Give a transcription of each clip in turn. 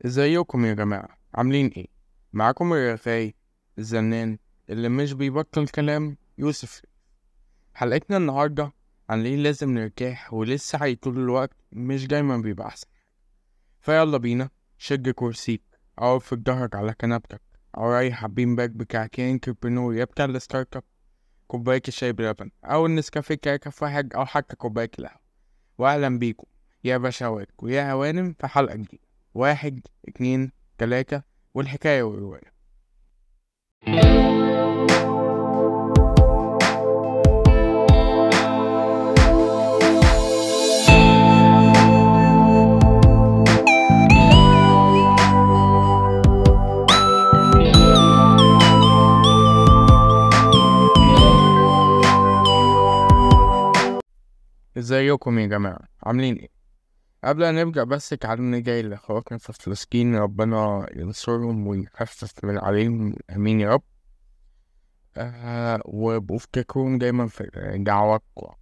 ازيكم يا جماعة، عاملين ايه؟ معاكم الرغاي الزنان اللي مش بيبطل كلام، يوسف. حلقتنا النهاردة عن ليه لازم نرتاح وليه السعي طول الوقت مش دايما بيبقى أحسن. فيلا بينا، شد كرسيك أو في ظهرك على كنبتك، أو ريح حابين باك بكعكين انتربرنور يا بتاع الستارت اب، كوباية الشاي بلبن أو النسكافيه كركة واحد أو حتى كوباية القهوة. وأهلا بيكم يا باشوات ويا هوانم في حلقة جديدة. واحد، اتنين، تلاتة، والحكاية والرواية. ازيكم يا جماعة، عاملين ايه؟ قبل أن نبدأ بس تعالوا ندعي لأخواتنا في فلسطين، ربنا ينصرهم ويخفف من عليهم، آمين يا رب. وبفتكرهم دايما في دعواتكم.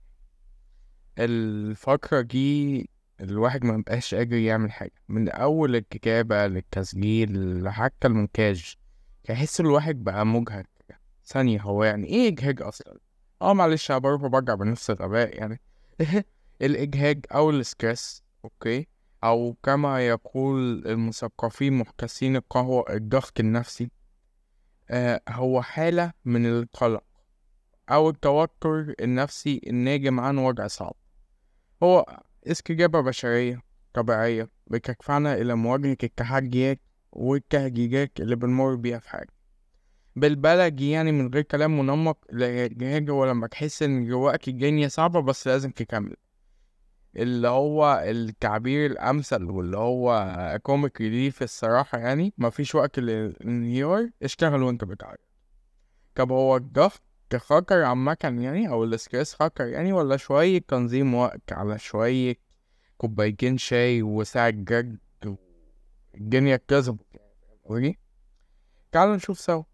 الفترة دي الواحد ما بقاش قادر يعمل حاجة، من أول الكتابة للتسجيل حتى المونتاج. تحس الواحد بقى مجهد. ثانية، هو يعني ايه إجهاج أصلا؟ معلش أنا بروح وبرجع بنفس الغباء يعني. الإجهاج أو الستريس، أوكي، أو كما يقول المثقفين محتسين القهوة، الضغط النفسي. هو حالة من القلق أو التوتر النفسي الناجم عن وضع صعب. هو استجابة بشرية طبيعية بتدفعنا إلى مواجهة التحديات والتهديدات اللي بنمر بيها في حياتنا. بالبلدي يعني من غير كلام منمق، الإجهاج هو لما تحس إن جواك الدنيا صعبة بس لازم تكمل. اللي هو التعبير الأمثل واللي هو كوميك ريليف الصراحة، يعني مفيش وقت للانهيار، اشتغل وانت بتعرف. طب هو الضغط خطر عامة يعني، أو الستريس خطر يعني، ولا شوية تنظيم وقت على شوية كوبايتين شاي وساعة جد الدنيا اتظبط يعني. تعالوا نشوف سوا.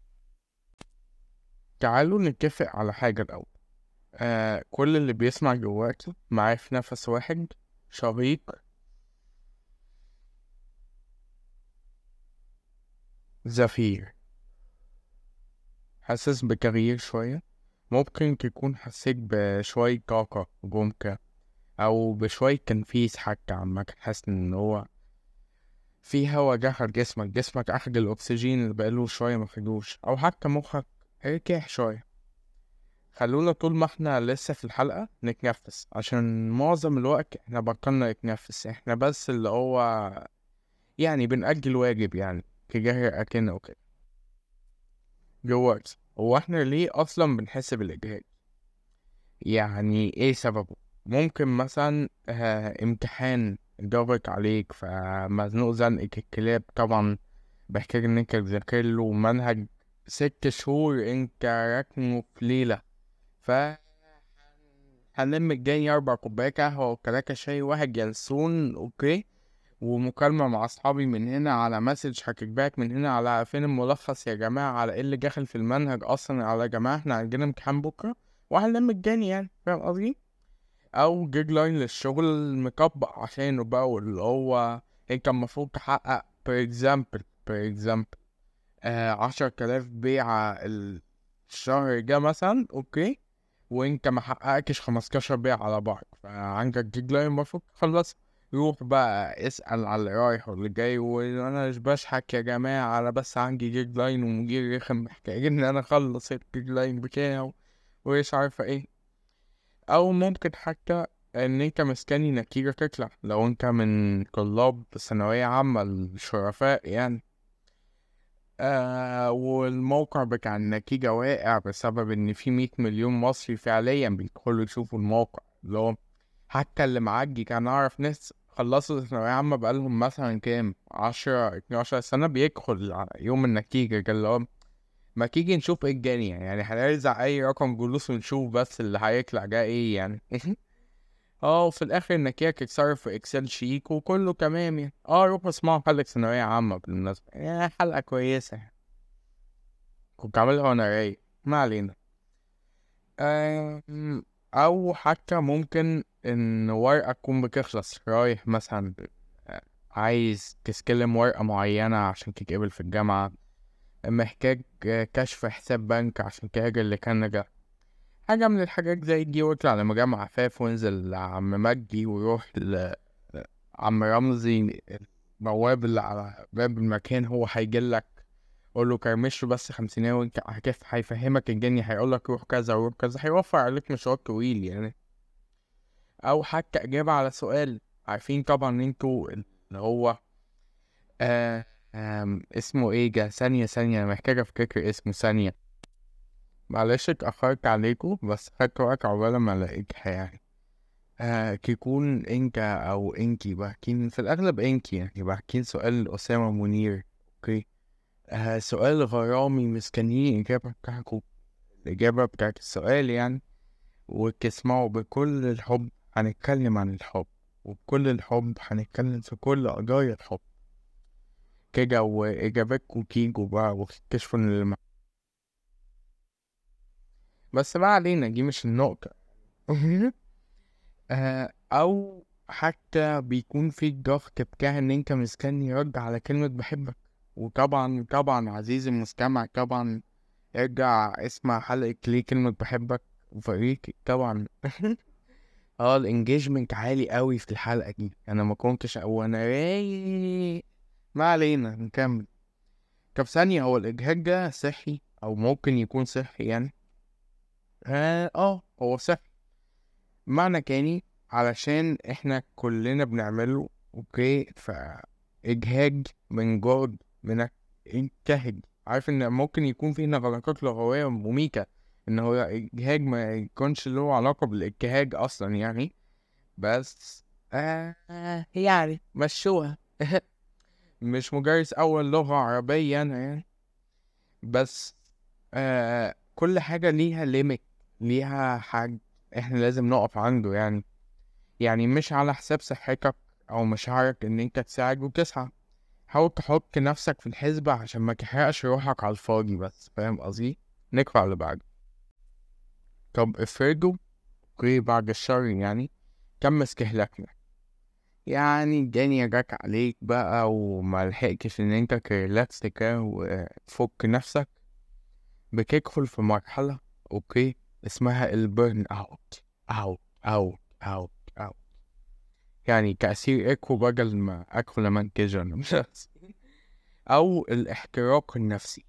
تعالوا نتفق على حاجة الأول. كل اللي بيسمع جواكي معاه في نفس واحد، شهيق زفير. حاسس بتغيير شوية؟ ممكن تكون حسيت بشوية طاقة جمكة، أو بشوية تنفيس حتى. عامة حاسس إن هو في هوا دخل جسمك أخد الأكسجين اللي بقاله شوية مخدوش، أو حتى مخك ارتاح شوية. خلونا طول ما احنا لسه في الحلقة نتنفس، عشان معظم الوقت احنا بطلنا نتنفس، احنا بس اللي هو يعني بنأجل واجب يعني تجاه أكلنا وكده. جوات، هو احنا ليه أصلا بنحس بالإجهاد؟ يعني ايه سببه؟ ممكن مثلا امتحان ضغط عليك فمزنوق زنقة الكلاب طبعا، بحتاج ان انت تذاكر له منهج 6 شهور انت راكنه في ليلة. ف هنلم الجاي 4 كوبايات قهوة وكلاكة شاي واحد جلسون، اوكي، ومكالمة مع أصحابي من هنا، على مسج هكيكباك من هنا، على فين الملخص يا جماعة، على ايه اللي داخل في المنهج أصلا، على يا جماعة احنا عندنا امتحان بكرة وهنلم الجاني، يعني فاهم قصدي؟ أو ديدلاين للشغل مطبق عشانه بقى، واللي هو انت المفروض تحقق per example 10,000 بيعة الشهر ده مثلا، اوكي، وانت ما حققتش 15 بيع على بعض، فعندك ديدلاين المفروض تخلص. روح بقى اسأل على اللي رايح واللي جاي، وانا مش بشحك يا جماعة، انا بس عندي ديدلاين ومدير رخم محتاج ان انا اخلص الديدلاين بتاعه ومش عارفة ايه. او ممكن حتى ان انت مستني نتيجة تطلع، لو انت من طلاب ثانوية عامة الشرفاء يعني. والموقع بتاع النتيجة واقع بسبب إن في 100 مليون مصري فعليا بيدخلوا يشوفوا الموقع، اللي هو حتى اللي معدي. كان أعرف ناس خلصوا ثانوية عامة بقالهم مثلا كام 10 12 سنة، بيدخل على يوم النتيجة كده، اللي هو ما تيجي نشوف ايه الجانية يعني، هنرزع أي رقم جلوس ونشوف بس اللي هيطلع ده ايه يعني. وفي الآخر النتيجة تتصرف في إكسل شيك وكله تمام يعني. روحوا اسمعوا حلقة ثانوية عامة بالمناسبة، يعني حلقة كويسة، كنت عاملها وانا رايق. ما علينا. أم، او حتى ممكن ان ورقة تكون بتخلص رايح مثلا عايز تستلم ورقة معينة عشان تتقبل في الجامعة، محتاج كشف حساب بنك عشان تأجل اللي كان نجح. حاجة من الحاجات زي دي، واطلع لمجمع عفاف وانزل لعم مجدي وروح لعم رمزي البواب اللي على باب المكان، هو هيجيلك. قول له كرمش له بس 50 وانت كيف هيفهمك الدنيا، هيقولك روح كذا وروح كذا، هيوفر عليك مشوار طويل يعني. او حتى اجابة على سؤال. عارفين طبعا انتوا اللي هو آه اسمه ايه جا، ثانية انا محتاج افتكر اسمه ثانية. معلش اتأخرت عليكم، بس خدت وقت عقبال ما الاقيكها يعني. كيكون انكا او انكي بحكين في الاغلب انكي، يعني بحكين سؤال اسامة منير. اوكي. سؤال غرامي مستنيين اجابة بتاعكم، الاجابة بتاعت السؤال يعني. وتسمعوا بكل الحب، هنتكلم عن الحب، وبكل الحب هنتكلم في كل قضايا الحب كده، واجاباتكم تيجوا بقى وتكتشفوا ان بس ما علينا، دي مش النقطة. او حتى بيكون في الضغط بتاع ان انت مستني رد على كلمة بحبك. وطبعا طبعا عزيزي المستمع، طبعا ارجع اسمع حلقة ليه كلمة بحبك وفريق طبعا. الانجيجمنت عالي قوي في الحلقة دي، انا ما كنتش او انا رايق. ما علينا نكمل. طب ثانية، هو الاجهاض ده صحي او ممكن يكون صحي يعني؟ هو صحي. معنى تاني، علشان احنا كلنا بنعمله. اوكي، اجهاج من جهد منك انتهج. عارف ان ممكن يكون فيه غلطات لغوية مميتة، ان هو اجهاج ما يكونش له علاقة بالاجتهاج اصلا يعني. بس يعني مشوها. مش مجرد اول لغة عربية انا يعني. بس كل حاجة ليها ليميت، ليها حاجة احنا لازم نقف عنده يعني. يعني مش على حساب صحتك او مشاعرك ان انت تساعد وتسعى. حاول تحط نفسك في الحسبة عشان ما تحرقش روحك على الفاضي، بس فاهم قصدي؟ نقرأ اللي بعده. طب افرضوا، اوكي بعد الشر يعني، تم استهلاكنا، يعني الدنيا جاك عليك بقى وملحقتش ان انت تريلاكس كده وتفك نفسك، بتدخل في مرحلة اوكي اسمها البرن اوت. اوت اوت اوت اوت. يعني تأثير ايكو بدل ما ادخل امنتج انا مش عارف. او الاحتراق النفسي.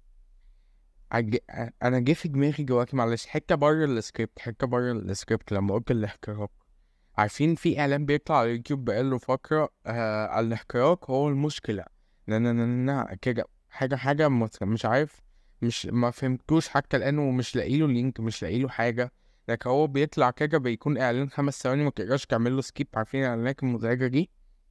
عج... انا جه في دماغي دلوقتي، معلش حته بره السكريبت، حته بره السكريبت لما قلت الاحتراق. عارفين في اعلان بيطلع على اليوتيوب بقاله فتره، الاحتراق هو المشكله. لا لا لا لا كده، حاجه مش عارف، مش ما فهمتوش حتى الان، ومش لاقي له لينك، مش لاقي له حاجه. لكن هو بيطلع كده، بيكون اعلان 5 ثواني، ما تقدرش تعمل له سكيب. عارفين الاعلانات المزعجه دي؟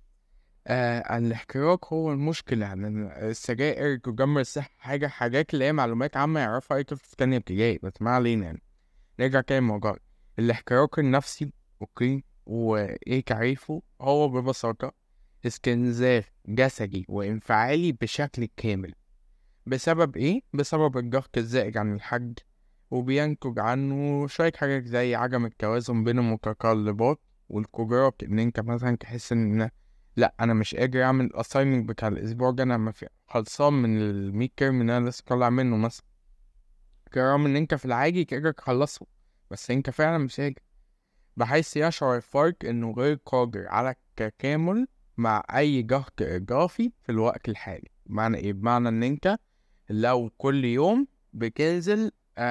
الاحتراق هو المشكلة، لأن السجائر تدمر الصحة، حاجات اللي هي معلومات عامة يعرفها أي طفل في تانية ابتدائي، بس ما علينا يعني. نرجع تاني للموضوع. الاحتراق النفسي، أوكي، وإيه تعريفه؟ هو ببساطة استنزاف جسدي وانفعالي بشكل كامل. بسبب إيه؟ بسبب الضغط الزائد عن الحد، وبينتج عنه شوية حاجات زي عدم التوازن بين المتطلبات والقدرات. إن أنت مثلا تحس إن لأ، أنا مش قادر أعمل الأساينمنت بتاع الأسبوع ده، أنا خلصان من الميد تيرم اللي أنا لسه طالع منه مثلا، رغم إن أنت في العادي تقدر تخلصه، بس أنت فعلا مش قادر. بحيث يشعر الفرد إنه غير قادر على التكامل مع أي ضغط إضافي في الوقت الحالي. بمعنى إيه؟ بمعنى إن أنت لو كل يوم بتنزل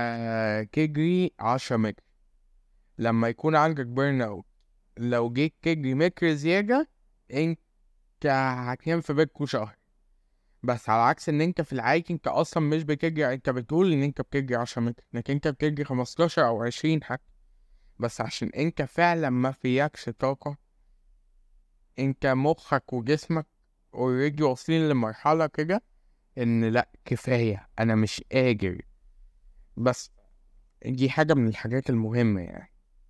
تجري 10 متر، لما يكون عندك بيرن اوت، لو جيت تجري متر زيادة، انت هتنام في بيتكو شهر. بس على عكس ان انت في العادي انت اصلا مش بتجري، انت بتقول ان انت بتجري 10 متر، لكن انت بتجري 15 او 20 حتى. بس عشان انت فعلا ما فيكش طاقة، انت مخك وجسمك اوريدي واصلين لمرحلة كده ان لا كفاية انا مش قادر. بس دي حاجة من الحاجات المهمة يعني.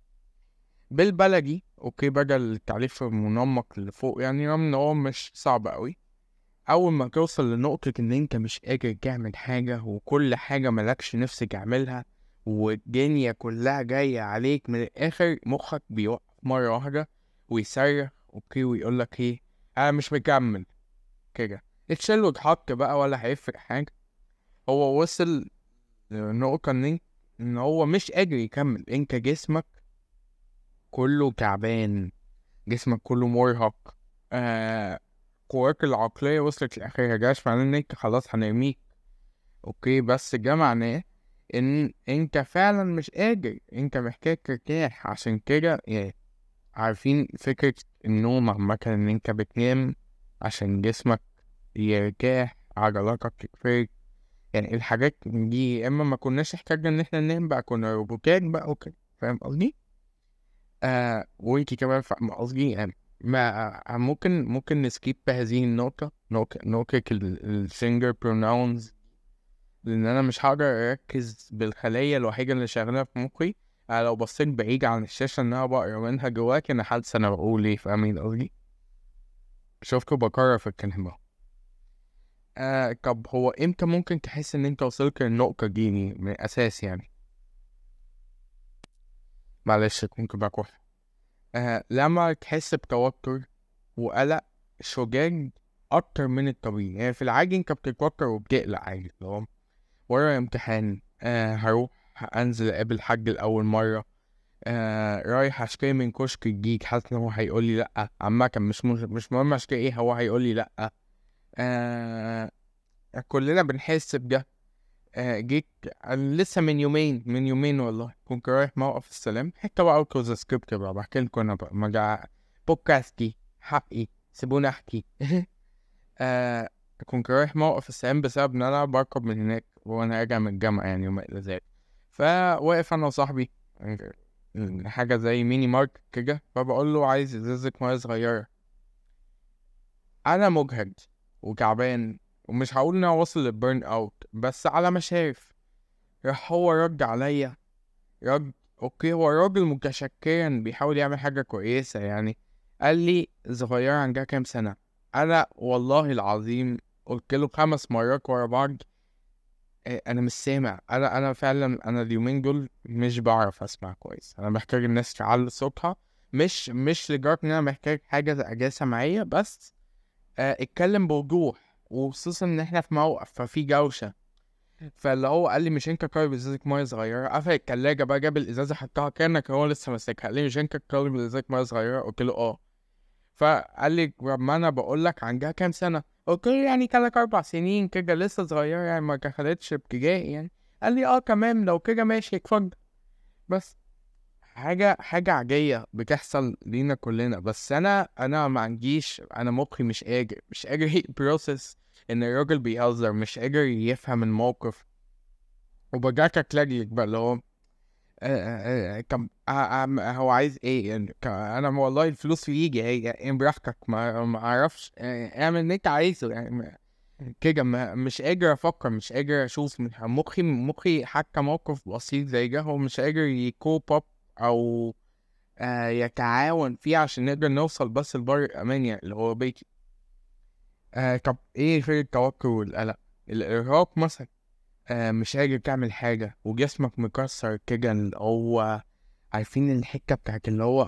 بالبلدي اوكي، بدل التعريف المنمق اللي فوق يعني، رغم ان هو مش صعب قوي. اول ما توصل لنقطة ان انت مش قادر تعمل حاجة، وكل حاجة ملكش نفس تعملها، والدنيا كلها جاية عليك من الاخر، مخك بيوقف مرة واحدة ويصرخ اوكي ويقولك ايه؟ انا مش مكمل كده، اتشال واتحط بقى ولا هيفرق حاجة. هو وصل لنقطة ان هو مش قادر يكمل. انت جسمك كله تعبان، جسمك كله مرهق. قواك العقلية وصلت لآخرها. جاش معناه ان انت خلاص هنرميك، اوكي، بس ده معناه ان انت فعلا مش قادر، انت محتاج ترتاح. عشان كده يعني عارفين فكرة النوم عامة، ان انت بتنام عشان جسمك يرتاح، عضلاتك تتفرد. يعني الحاجات دي يا اما ما كناش احتاجنا ان احنا ننام بقى، كنا روبوتات بقى وكده. فاهم قصدي؟ وانتي كمان فاهمة قصدي يعني. ما ممكن نسكيب بهذه النقطة، نقطة السنجر بروناونز، لأن أنا مش هقدر أركز بالخلية الوحيدة اللي شغالة في مخي. لو بصيت بعيد عن الشاشة إن أنا بقرا منها جواك، أنا حاسس أنا بقول إيه. فاهمين قصدي؟ شفتوا بكرر في الكلمة. طب هو إمتى ممكن تحس إن أنت وصلت للنقطة دي من الأساس يعني؟ معلش ممكن بكح. لما تحس بتوتر وقلق شجاج أكتر من الطبيعي. يعني في العادي أنت بتتوتر وبتقلق عادي، اللي هو ورا امتحان، هروح أنزل أقابل حد لأول مرة، رايح أشتري من كشك الجيك، حاسس إن هو هيقول لي لأ. عامة مش مهم أشتري إيه، هو هيقول لي لأ. آه كلنا بنحس بده. جيت لسه من يومين والله كنت رايح موقف السلام، حتى بقى أركز سكريبت بقى بحكي لكم أنا بقى بودكاستي حقي سيبوني أحكي. آه كنت رايح موقف السلام بسبب إن أنا بركب من هناك وأنا راجع من الجامعة يعني وما إلى ذلك. فواقف أنا وصاحبي حاجة زي ميني ماركت كده، فبقول له عايز ازازة مية صغيرة. أنا مجهد وتعبان ومش هقول إن أنا واصل للبرن أوت، بس على ما شايف راح هو رد عليا رد. أوكي، هو راجل متشكرا بيحاول يعمل حاجة كويسة يعني. قال لي صغيرة عندها كام سنة؟ أنا والله العظيم قلت له 5 مرات ورا بعض انا مش سامع. انا فعلا انا اليومين دول مش بعرف اسمع كويس. انا محتاج الناس تعلي صوتها، مش لدرجه ان انا محتاج حاجه اجازه معايا، بس اتكلم بوضوح، وخصوصا ان احنا في موقف ففي جوشه. فاللي هو قال لي مش انت طالب ازازه ميه صغيره؟ قفل التلاجة بقى، جاب الازازه حطها كانك هو لسه ماسكها. قال لي مش انت طالب ازازه ميه صغيره؟ قلت له اه. فقال لي ما انا بقول لك عندها كام سنه؟ قلت له يعني 3 4 سنين كده، لسه صغيره يعني، ما دخلتش ابتدائي يعني. قال لي اه تمام لو كده ماشي اتفضل. بس حاجه عاديه بتحصل لينا كلنا، بس انا ما عنديش، انا مخي مش قادر بروسس ان الراجل بيهزر، مش قادر يفهم الموقف. وبرجعك اتلجلج بقى اللي هو كم هو عايز ايه يعني؟ انا والله الفلوس يجي هي يعني براحتك، ما اعرفش اعمل اللي انت عايزه يعني. كده مش قادر افكر، مش قادر اشوف مخي حتى موقف بسيط زي ده هو مش قادر يكوب اب او يتعاون فيه عشان نقدر نوصل بس لبر الامان يعني اللي هو بيتي. طب ايه غير التوتر والقلق؟ الارهاق مثلا. مش قادر تعمل حاجة وجسمك مكسر كده، اللي هو عارفين الحتة بتاعت اللي هو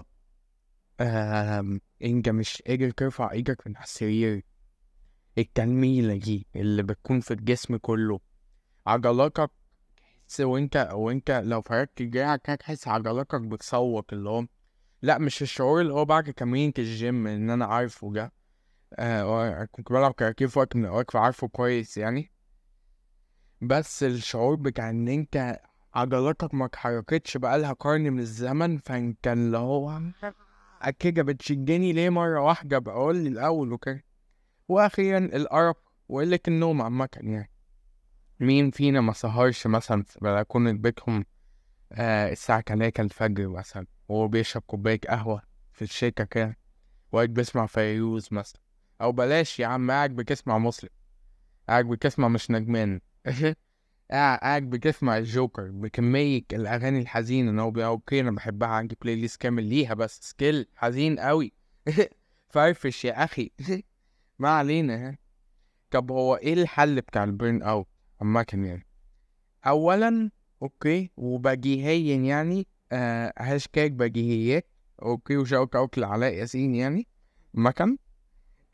انت مش قادر ترفع ايدك من على السرير. التنميلة دي اللي بتكون في الجسم كله، عضلاتك تحس وانت لو فردت دراعك هتحس عضلاتك بتصوت، اللي هو لا مش الشعور اللي هو بعد تمرينة الجيم ان انا عارفه ده. كنت بلعب كاراتيه في وقت من الاوقات فعارفه كويس يعني. بس الشعور بتاع ان انت عضلاتك ما اتحركتش بقالها قرن من الزمن، فانت اللي هو كده بتشجني ليه مرة واحدة بقول لي الأول وكده. وأخيرا الأرق وقلة النوم عامة يعني. مين فينا ما سهرش مثلا في بلكونة بيتهم الساعة 3 الفجر مثلا وهو بيشرب كوباية قهوة في الشتا كده، وقاعد بيسمع فيروز مثلا، أو بلاش يا عم قاعد بتسمع مسلم، قاعد بتسمع مش ندمان. قاعد بتسمع الجوكر بكمية الأغاني الحزينة إن هو أوكي أنا بحبها، عندي بلاي ليست كامل ليها، بس سكيل حزين قوي. فرفش يا أخي. ما علينا ها. طب هو إيه الحل بتاع البرن أوت عامة يعني؟ أولا أوكي وبديهيا يعني هاشتاج بديهيات. أوكي وشوت أوت لعلاء ياسين يعني مكان.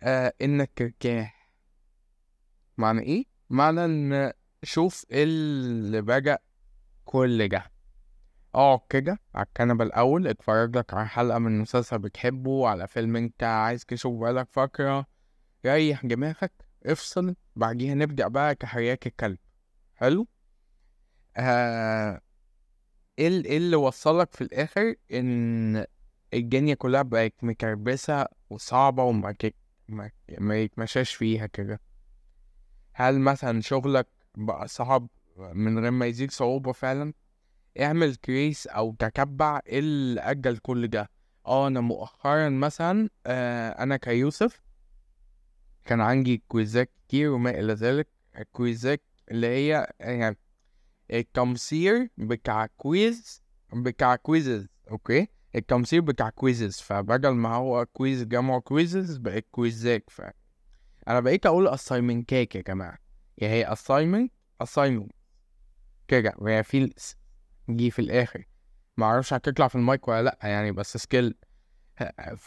انك ترتاح. معنى ايه؟ معنى ان شوف إيه اللي بقى كل ده. اقعد كده على الكنبة الاول، اتفرج لك على حلقة من مسلسل بتحبه، على فيلم انت عايز تشوف بقالك فترة، ريح دماغك، افصل، بعديها نبدأ بقى كحرياك الكلب. حلو. آه إيه اللي وصلك في الاخر ان الدنيا كلها بقت مكربسة وصعبة ما يتمشاش فيها كده؟ هل مثلا شغلك بقى صعب من غير ما يزيد صعوبة فعلا؟ اعمل كريس او تتبع إيه اللي اجل كل ده. انا مؤخرا مثلا انا كيوسف كان عندي كويزات كتير وما الى ذلك. الكويزات اللي هي يعني التمصير بتاع كويزز، اوكي، التمصير بتاع كويزز، فبدل ما هو كويز جمع كويزز بقت كويزات. فانا بقيت اقول اسايمنتات يا جماعه، يعني هي اسايمنت كده، وهي في جي في الاخر. ما اعرفش هتطلع في المايك ولا لا يعني، بس سكيل. ف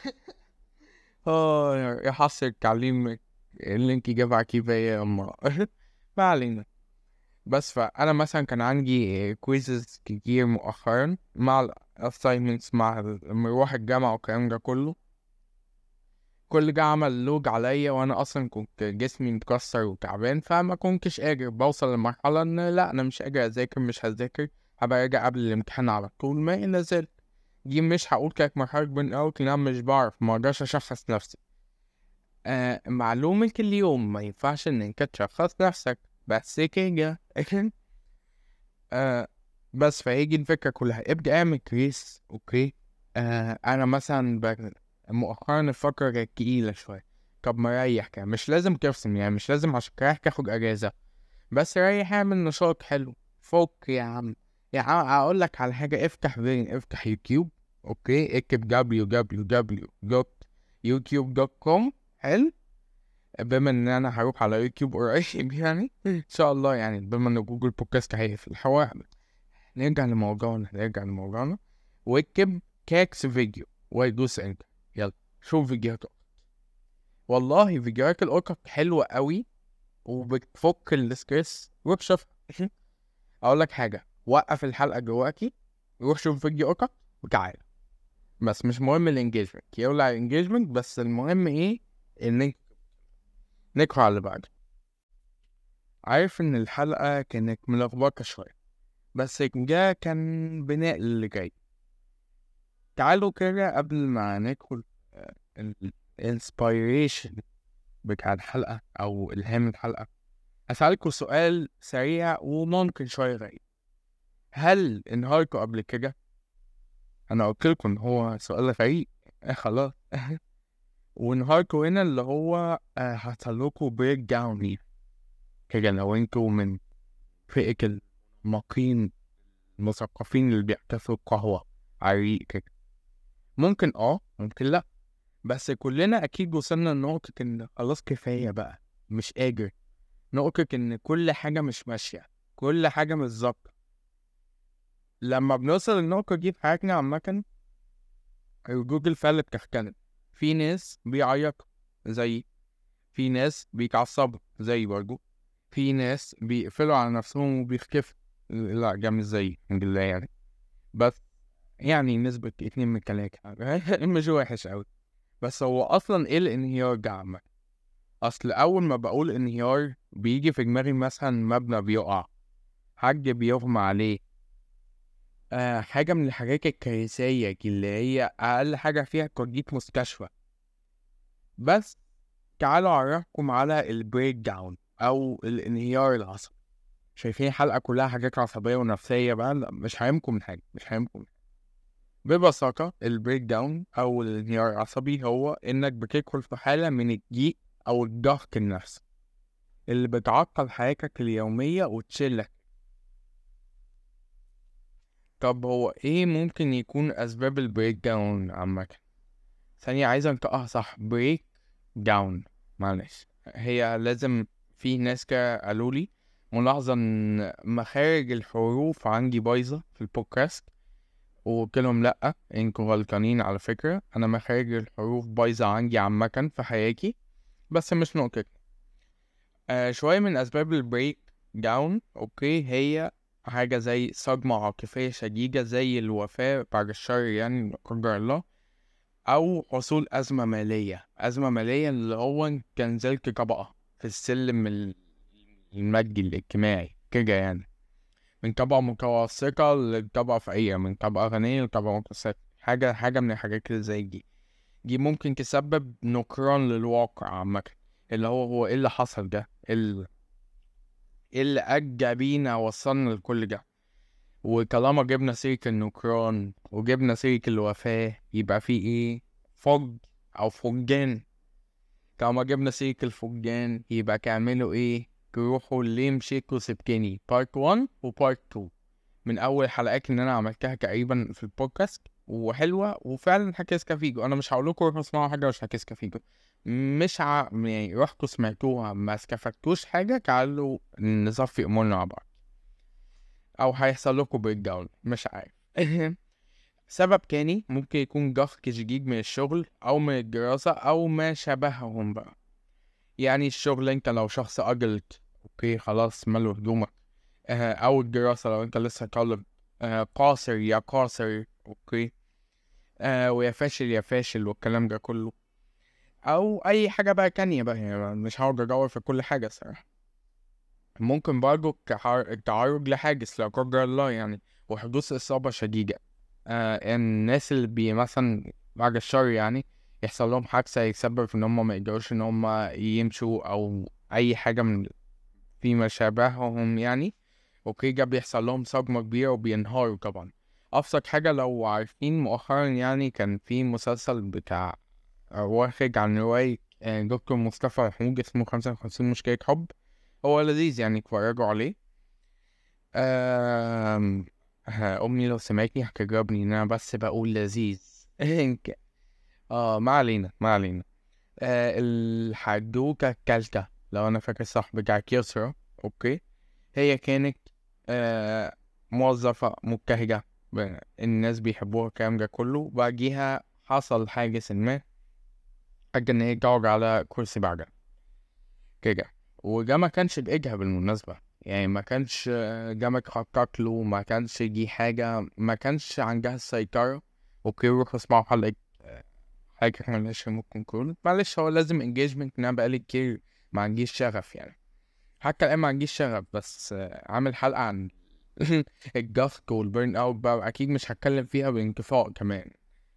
يا حصر التعليم اللي انت جاب كيفية يا اما. ما علينا. بس فانا مثلا كان عندي كويزز كتير مؤخرا مع الاساينمنتس مع مروح الجامعة والكلام ده كله. كل ده عمل لود عليا، وانا اصلا كنت جسمي متكسر وتعبان، فما كنتش قادر. بوصل لمرحلة ان لا، انا مش قادر اذاكر، مش هذاكر، هبقى راجع قبل الامتحان على طول، ما الى ذلك. دي مش هقول كانت مرحلة برن اوت، لأن أنا مش بعرف، ما اقدرش اشخص نفسي. معلومة اليوم ما ينفعش ان انت تشخص نفسك بس كده. آه بس فهيجي الفكرة كلها، ابدأ اعمل كريس، اوكي. انا مثلا مؤخرا الفكرة كانت تقيلة شوية. طب ما ريح كده، مش لازم ترسم يعني، مش لازم عشان تريح تاخد اجازة، بس ريح اعمل نشاط حلو. فك يا عم. يا عم اقول لك على حاجة، افتح يوتيوب، اوكي، اكتب www.youtube.com. حلو. بما ان انا هروح على يوتيوب قريب يعني ان شاء الله، يعني بما ان جوجل بودكاست هيقفل الحوار. نرجع لموضوعنا. واكتب كاكس فيديو ويدوس انت. يلا شوف فيديوهات القطط. والله فيديوهات القطط حلوة قوي وبتفك الستريس. روح شوف. اقول لك حاجة، وقف الحلقة دلوقتي، روح شوف فيديو قطط وتعالى. بس مش مهم الانجيجمنت، يولع الانجيجمنت، بس المهم ايه؟ ان نقرا على اللي بعده. عارف ان الحلقة كانت ملخبطة شوية، بس ده كان بناء اللي جاي. تعالوا كده قبل ما ندخل الانسبيريشن بتاع الحلقة او الهام الحلقة، اسألكوا سؤال سريع وممكن شوية غريب. هل انهارتوا قبل كده؟ انا قلت لكم ان هو سؤال غريب. خلاص. وانهارتوا هنا اللي هو حصلكوا بريك داون كده، لو انتوا من فئة المقين المثقفين اللي بيحتفلوا القهوة عريق كده. ممكن ممكن لأ، بس كلنا أكيد وصلنا لنقطة إن خلاص كفاية بقى، مش قادر. نقطة إن كل حاجة مش ماشية، كل حاجة مش ظابطة. لما بنوصل للنقطة دي في حياتنا عامة، ردود الفعل بتختلف. في ناس بيعيطوا زي، في ناس بيتعصبوا زي برضو، في ناس بيقفلوا على نفسهم وبيختفوا. لا ده مش زي الحمد لله يعني. بس يعني نسبة 2 من 3 مش وحش أوي. بس هو أصلا إيه الانهيار ده عامة؟ أصل أول ما بقول انهيار بيجي في دماغي مثلا مبنى بيقع، حاج بيغمى عليه، حاجة من الحاجات الكارثية دي اللي هي أقل حاجة فيها كرديت مستشفى. بس تعالوا أعرفكم على البريك داون أو الانهيار العصبي. شايفين الحلقة كلها حاجات عصبية ونفسية بقى؟ لا، مش هيهمكم من حاجة، مش هيهمكم. ببساطة البريك داون أو الانهيار العصبي هو إنك بتدخل في حالة من الضيق أو الضغط النفسي اللي بتعطل حياتك اليومية وتشلك. طب هو إيه ممكن يكون أسباب البريك داون عامة؟ ثانية عايز أنطقها صح، بريك داون. معلش، هي لازم. في ناس كده قالولي ملاحظة إن مخارج الحروف عندي بايظة في البودكاست، وقلت لهم لأ، انتوا غلطانين على فكرة، أنا مخارج الحروف بايظة عندي عامة في حياتي، بس مش نقطتي. شوية من أسباب البريك داون أوكي هي حاجة زي صدمة عاطفية شديدة زي الوفاة بعد الشر يعني لا قدر الله، أو حصول أزمة مالية اللي هو كان نزلت طبقة في السلم المادي الاجتماعي كده يعني، من طبقة متوسطة لطبقة فقيرة، من طبقة غنية لطبقة متوسطة، حاجة من الحاجات اللي زي دي ممكن تسبب نكران للواقع عامة، اللي هو ايه اللي حصل ده، إيه اللي أدى بينا وصلنا لكل ده. وطالما جبنا سيرة النكران وجبنا سيرة الوفاة يبقى في ايه؟ فج أو فجان. طالما جبنا سيرة الفجان يبقى تعملوا ايه؟ تروحوا اللي مشيكوا سبكني بارت 1 وبارت 2 من اول حلقات اللي انا عملتها تقريبا في البودكاست، وحلوه وفعلا هكسكا فيجو. انا مش هقول لكم روحوا اسمعوا حاجه مش هكسكا فيجو، مش يعني رحتوا سمعتوها ما استفدتوش حاجه، تعالوا نصفي امورنا مع بعض، او هيحصل لكم بريك داون مش عارف. سبب تاني ممكن يكون ضغط جديد من الشغل او من الدراسه او ما شابههم بقى. يعني الشغل انت لو شخص اجلت اوكي خلاص ملو هدومك، او الدراسة لو انت لسه طالب قاصر يا قاصر اوكي، ويا فاشل يا فاشل والكلام ده كله، او اي حاجة بقى تانية بقى، يعني مش هقعد ادور في كل حاجة صراحة. ممكن برضو التعرض لحادث لا قدر الله يعني، وحدوث اصابة شديدة. الناس اللي مثلا بعد الشر يعني يحصل لهم حادثة يسبب في ان هم ما يقدروش ان هم يمشوا او اي حاجة من فيما شابههم يعني اوكي، ده بيحصل لهم صدمة كبيرة وبينهاروا طبعا. ابسط حاجة لو عارفين مؤخرا يعني كان في مسلسل بتاع واخد عن رواية دكتور مصطفى محمود اسمه 55 مشكلة حب، هو لذيذ يعني اتفرجوا عليه. آم... امي لو سمعتني هتجربني ان انا بس بقول لذيذ. ما علينا ما علينا. الحدوتة التالتة لو انا فاكر صح بتاعت يسرا اوكي، هي كانت آه موظفة مبتهجة، الناس بيحبوها الكلام ده كله، بعديها حصل حاجة ما حاجة إن هي تقعد على كرسي بعجل كده. وده ما كانش بإيدها بالمناسبة، يعني ما كانش ده متخطط له، ما كانش دي حاجة، ما كانش عندها السيطرة. اوكي روحوا اسمعوا حلقة حاجة معلش ممكن نكون معلش هو لازم انجيجمنت، إن أنا بقالي كتير ما عنديش شغف يعني، حتى الآن ما عنديش شغف، بس عامل حلقة عن الضغط والبرن اوت بقى اكيد مش هتكلم فيها بانكفاء كمان.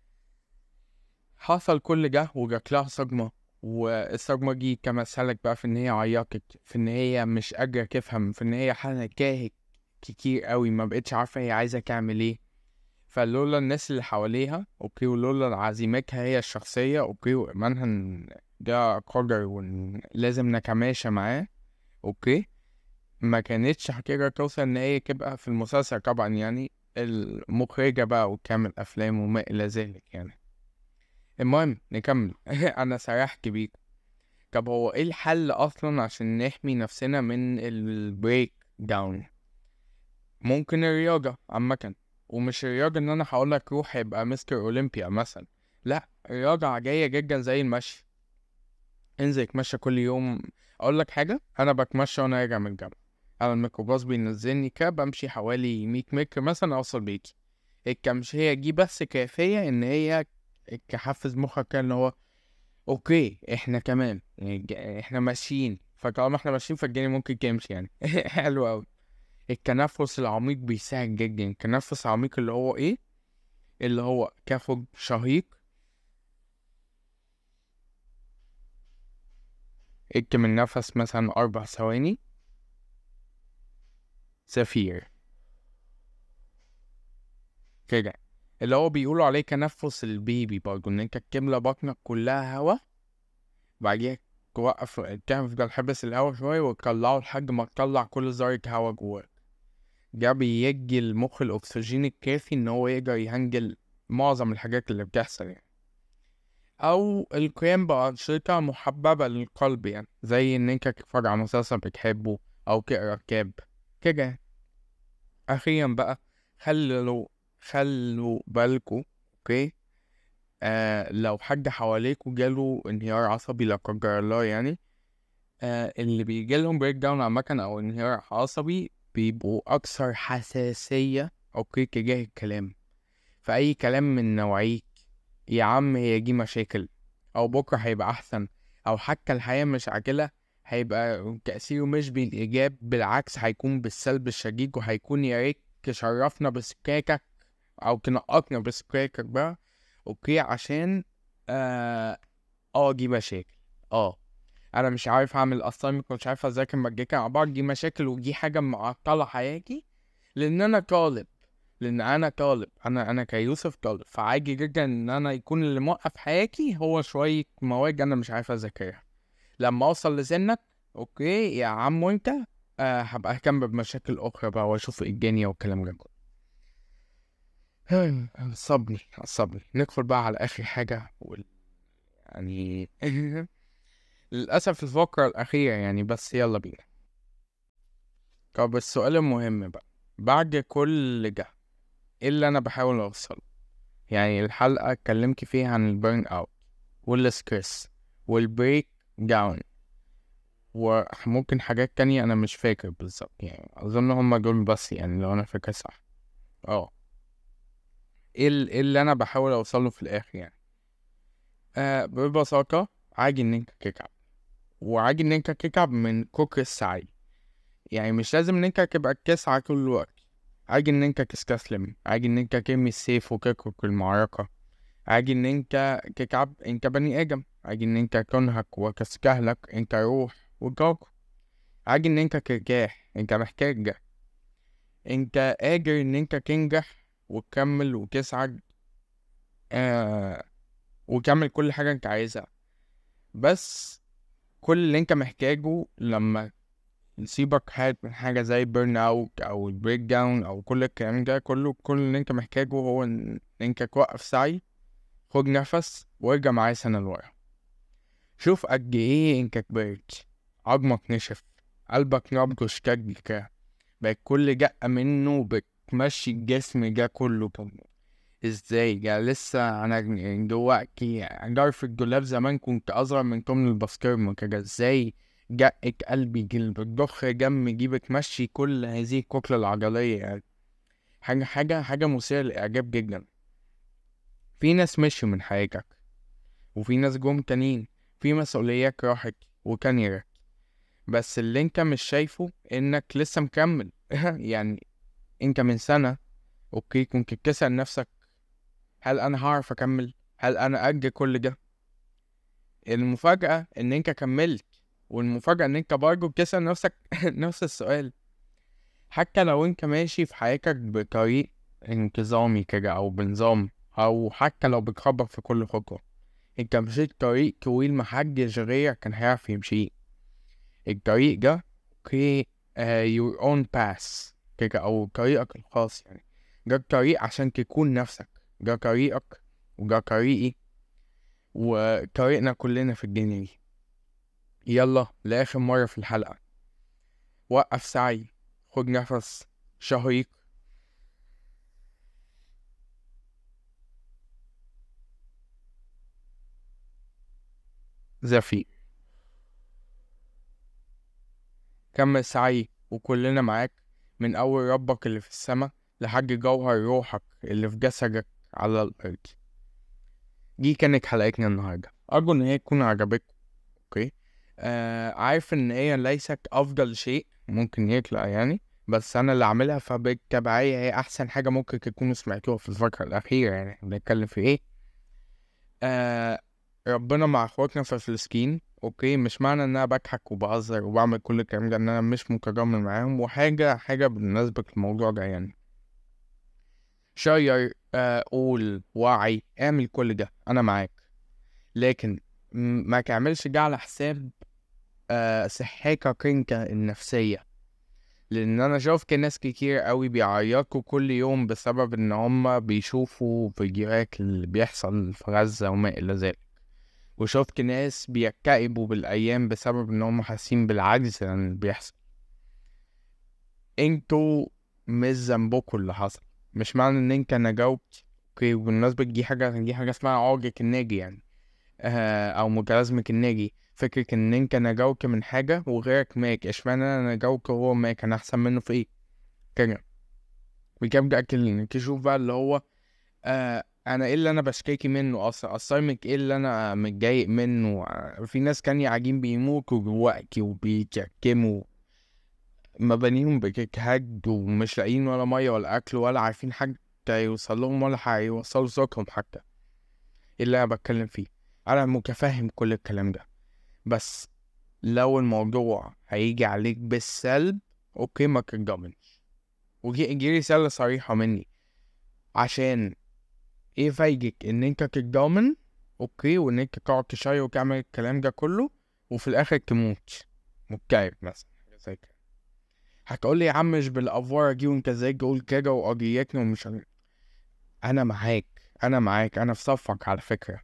حصل كل ده وجات لها صدمة، والصدمة دي كمثلك بقى في ان هي عيطت، في ان هي مش قادرة تفهم، في ان هي حالة كاهت كتير قوي ما بقتش عارفة هي عايزة تعمل ايه. فلولا الناس اللي حواليها اوكي، ولولا عزيمتها هي الشخصية اوكي، وإيمانها ان ده قدر ولازم نتماشى معاه اوكي، ما كانتش هتقدر توصل ان هي تبقى في المسلسل طبعا يعني المخرجة بقى وتعمل افلام وما الى ذلك يعني. المهم نكمل. انا سرحت بيك. طب هو ايه الحل اصلا عشان نحمي نفسنا من البريك داون؟ ممكن الرياضة عامة، ومش الرياضة ان انا هقولك روح يبقى مستر اولمبيا مثلا، لا رياضة عادية جدا زي المشي، انزل اتمشى كل يوم. اقول لك حاجة، انا بتمشى وانا راجع من الجامعة على الميكروباص بينزلني كده، بمشي حوالي 100 متر مثلا اوصل بيتي. التمشية دي بس كافية ان هي تحفز مخك كده ان هو اوكي احنا كمان يعني احنا ماشيين، فطالما احنا ماشيين فالجاني ممكن تمشي يعني. حلو اوي. التنفس العميق بيساعد جدا، التنفس العميق اللي هو ايه؟ اللي هو تاخد شهيق، اكتم النفس مثلا 4 ثواني، زفير كده، اللي هو بيقولوا عليه تنفس البيبي برضه، ان انت تملى بطنك كلها هوا، بعديها توقف تفضل حبس الهوا شوية وتطلعه لحد ما تطلع كل ذرة هوا جواك. ده بيدي المخ الأكسجين الكافي إن هو يقدر يهندل معظم الحاجات اللي بتحصل يعني. أو القيام بأنشطة محببة للقلب يعني، زي إن انت تتفرج على مسلسل بتحبه أو تقرا كتاب كده. أخيرا بقى خلوا خلوا بالكوا. اوكي. لو حد حواليكوا جاله انهيار عصبي لا قدر الله يعني، اللي بيجي لهم بريك داون عامة او انهيار عصبي بيبقوا اكثر حساسية، اوكي، تجاه الكلام. فاي كلام من نوعيه يا عم هي دي مشاكل، او بكره هيبقى احسن، او حتى الحياه مش عاجله، هيبقى تأثيره مش بالإيجاب، بالعكس هيكون بالسلب الشديد، وهيكون يا ريت تشرفنا بسكاكك أو تنقطنا بسكاكك بقى. أوكي، عشان دي مشاكل. أنا مش عارف أعمل أسايمنت، مش عارف أذاكر مجيكا مع بعض، دي مشاكل ودي حاجة معطلة حياتي، لأن أنا طالب. انا كيوسف طالب، فعادي جدا ان انا يكون اللي موقف حياتي هو شويه مواد انا مش عارف اذاكرها. لما اوصل لسنك، اوكي يا عم، وانت هبقى اهتم بمشاكل اخرى بقى واشوف ايه الدنيا والكلام ده كله. عصبني ندخل بقى على اخر حاجه يعني للاسف الفقره الاخيره يعني، بس يلا بينا. طب السؤال المهم بقى، بعد كل ده ايه اللي انا بحاول اوصله؟ يعني الحلقة اتكلمت فيها عن البيرن اوت والستريس والبريك داون، وممكن حاجات تانية انا مش فاكر بالظبط، يعني اظن هما دول بس، يعني لو انا فاكر صح. اه إيه اللي انا بحاول اوصله في الاخر يعني؟ ببساطة، عادي ان انت تتعب، وعادي ان انت تتعب من كتر السعي. يعني مش لازم ان انت تبقى تسعى طول الوقت. عادي ان انت تستسلم، عادي ان انت ترمي السيف وتترك المعركة، عادي ان انت تتعب، انت بني ادم، عادي ان انت تنهك وتستهلك، انت روح وطاقة، عادي ان انت ترتاح، انت محتاج ده. انت قادر ان انت تنجح وتكمل وتسعد، آه وتعمل كل حاجة انت عايزها. بس كل اللي انت محتاجه لما يصيبك حاجة زي بيرن اوت او البريك داون او كل الكلام ده كله، كل اللي انت محتاجه هو ان انت توقف سعي، خد نفس وارجع معايا سنة لورا. شوف قد ايه انت كبرت، عظمك نشف، قلبك نبض اشتد كده، بقت كل دقة منه بتمشي الجسم ده كله. طب ازاي؟ يعني لسه انا دلوقتي جرف الدولاب زمان كنت اصغر من طن البسكرمة كده، ازاي دقة قلبي بتضخ دم دي بتمشي كل هذه الكتلة العضلية يعني؟ حاجة مثيرة للإعجاب جدا. في ناس مشوا من حياتك، وفي ناس جم تانيين، في مسؤوليات راحت وكانيرة، بس اللي انت مش شايفه انك لسه مكمل. يعني انت من سنة، اوكي، كنت بتسأل نفسك هل انا هعرف اكمل؟ هل انا قد كل ده؟ المفاجأة ان انت كملت، والمفاجأة ان انت برضه بتسأل نفسك نفس السؤال. حتى لو انت ماشي في حياتك بطريق انتظامي كده او بنظام، او حتى لو بتخبط في كل خطوة، انت مشيت طريق طويل محدش غيرك كان هيعرف يمشيه. الطريق ده، اوكي، your own path كده، او طريقك الخاص يعني. ده الطريق عشان تكون نفسك، ده طريقك وده طريقي وطريقنا كلنا في الدنيا دي. يلا لآخر مرة في الحلقة، وقف سعي، خد نفس شهيق، زفير، كمل سعي وكلنا معاك، من أول ربك اللي في السما لحد جوهر روحك اللي في جسدك على الأرض. دي كانت حلقتنا النهاردة، أرجو إن هي تكون عجبتكم. اوكي، عارف ان هي ليست افضل شيء ممكن يطلع يعني، بس انا اللي عاملها، فبالتبعية هي احسن حاجة ممكن تكونوا سمعتوها في الفترة الاخيرة. يعني بنتكلم في ايه؟ آه ربنا مع اخواتنا في فلسطين. اوكي، مش معنى ان انا بضحك وبهزر وبعمل كل الكلام ده ان انا مش متضامن معاهم، وحاجة بالنسبة للموضوع ده يعني، شير، قول، وعي، اعمل كل ده، انا معاك. لكن ما تعملش ده على حساب صحتك انت النفسية. لان انا شفت ناس كتير قوي بيعيطوا كل يوم بسبب ان هم بيشوفوا فيديوهات اللي بيحصل في غزة وما الى ذلك، وشفت ناس بيكتئبوا بالايام بسبب ان هم حاسين بالعجز عن اللي بيحصل. انتوا مش ذنبكوا اللي حصل، مش معنى ان انت نجوت. اوكي، وبالنسبة دي حاجة اسمها عوجة الناجي يعني، او متلازمة الناجي. فكرة ان انت نجوت من حاجة وغيرك مات، اشمعنى انا نجوت وهو مات؟ كان احسن منه في ايه كده؟ بجد تشوف بقى اللي هو انا ايه اللي انا بشتكي منه اصلا؟ اصايمك ايه اللي انا متضايق منه؟ في ناس كان قاعدين بيموتوا جواكي وبيتكموا مبانيهم بتتهد ومش لاقيين ولا ميه ولا اكل ولا عارفين حاجه يوصل لهم ولا هيوصلوا صوتهم حتى. ايه اللي انا بتكلم فيه؟ انا متفهم كل الكلام ده، بس لو الموضوع هيجي عليك بالسلب، اوكي ما تتضامنش. ودي رسالة صريحة مني، عشان ايه فايدك ان انت تتضامن اوكي وان انت تقعد تشير وتعمل الكلام ده كله وفي الاخر تموت مكتئب مثلا، حاجة زي كده. هتقولي يا عم مش بالافوار دي وانت ازاي تقول كده وقضيتنا ومش انا معاك، انا في صفك على فكرة،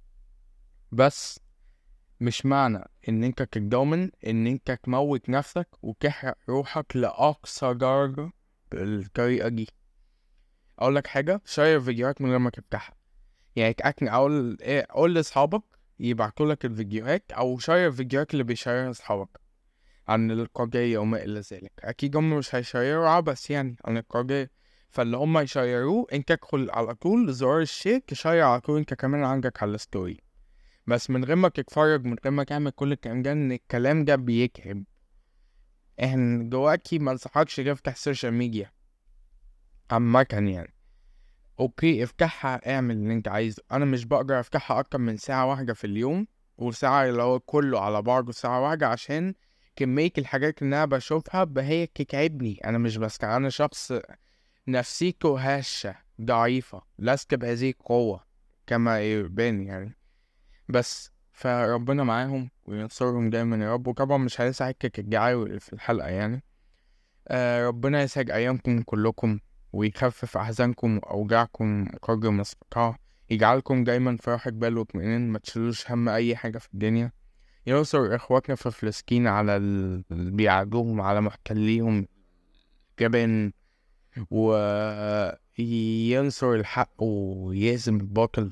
بس مش معنى ان انت تتضامن ان انت تموت نفسك وتحرق روحك لاقصى درجة بالطريقة دي. اقول لك حاجة، شير فيديوهات من غير ما تفتحها. يعني تأكد اقول ايه، قول لاصحابك يبعتوا لك الفيديوهات، او شير الفيديوهات اللي بيشيرها اصحابك عن القضية وما الى ذلك. اكيد هم مش هيشيروا عبس يعني عن القضية، فاللي هم يشيروه انت ادخل على طول زرار الشير تشير على طول انت كمان عندك على الستوري، بس من غير ما تتفرج، من غير ما تعمل كل الكلام ده، ان الكلام ده بيكهب. احنا دلوقتي ما انصحكش تفتح السوشيال ميديا عامة يعني. اوكي افتحها، اعمل اللي انت عايزه، انا مش بقدر افتحها اكتر من ساعة واحدة في اليوم، وساعة اللي هو كله على بعضه ساعة واحدة، عشان كمية الحاجات اللي انا بشوفها هي تتعبني. انا مش بس انا شخص نفسيته هشة ضعيفة، لست بهذه القوة كما يبان يعني. بس فربنا معاهم وينصرهم دايما يا رب. وطبعا مش هننسى حكة الجعاوي في الحلقة يعني. ربنا يسعد أيامكم كلكم، ويخفف أحزانكم وأوجاعكم قدر ما استطاع، يجعلكم دايما في راحة بال واطمئنان، ما تشيلوش هم أي حاجة في الدنيا. ينصر إخواتنا في فلسطين على اللي بيعادوهم، على محتليهم جبان، وينصر الحق ويهزم الباطل،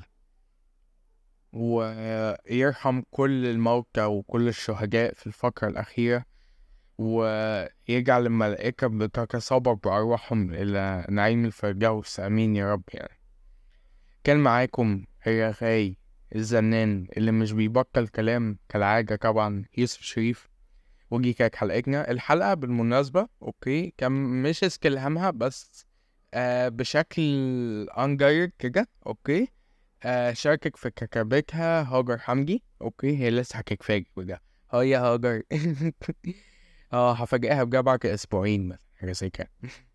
ويرحم كل الموتى وكل الشهداء في الفترة الأخيرة، ويجعل الملائكة بتتسابق بأرواحهم إلى نعيم الفردوس، آمين يا رب يعني. كان معاكم الرغاي الزنان اللي مش بيبطل كلام كالعادة طبعا، يوسف شريف. ودي كانت حلقتنا. الحلقة بالمناسبة اوكي كان مش اسكلهامها بس بشكل انجاير كده اوكي. شاركك في كتابتها هاجر حمدي اوكي، هي لسه هتتفاجئ بده. هيا هاجر. هفاجئها بجد بعد اسبوعين مثلا، حاجة زي كده.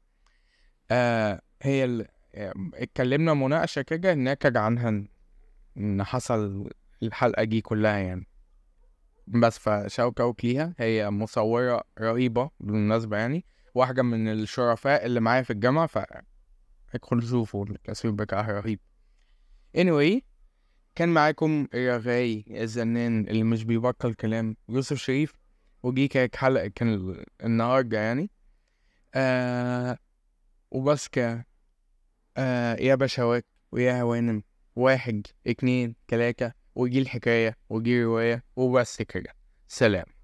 هي اتكلمنا مناقشة كده ناتج عنها ان حصل الحلقة دي كلها يعني. بس فشاوت اوت ليها، هي مصورة رهيبة بالمناسبة يعني، واحدة من الشرفاء اللي معايا في الجامعة، فادخلوا شوفوا التصوير بتاعها رهيب. anyway، كان معاكم الرغاي الزنان اللي مش بيبطل كلام، يوسف شريف. ودي كانت حلقة كان النهاردة يعني. وبس كده. يا بشوات ويا هوانم، واحد اتنين تلاتة، ودي الحكاية ودي رواية، وبس كده. سلام.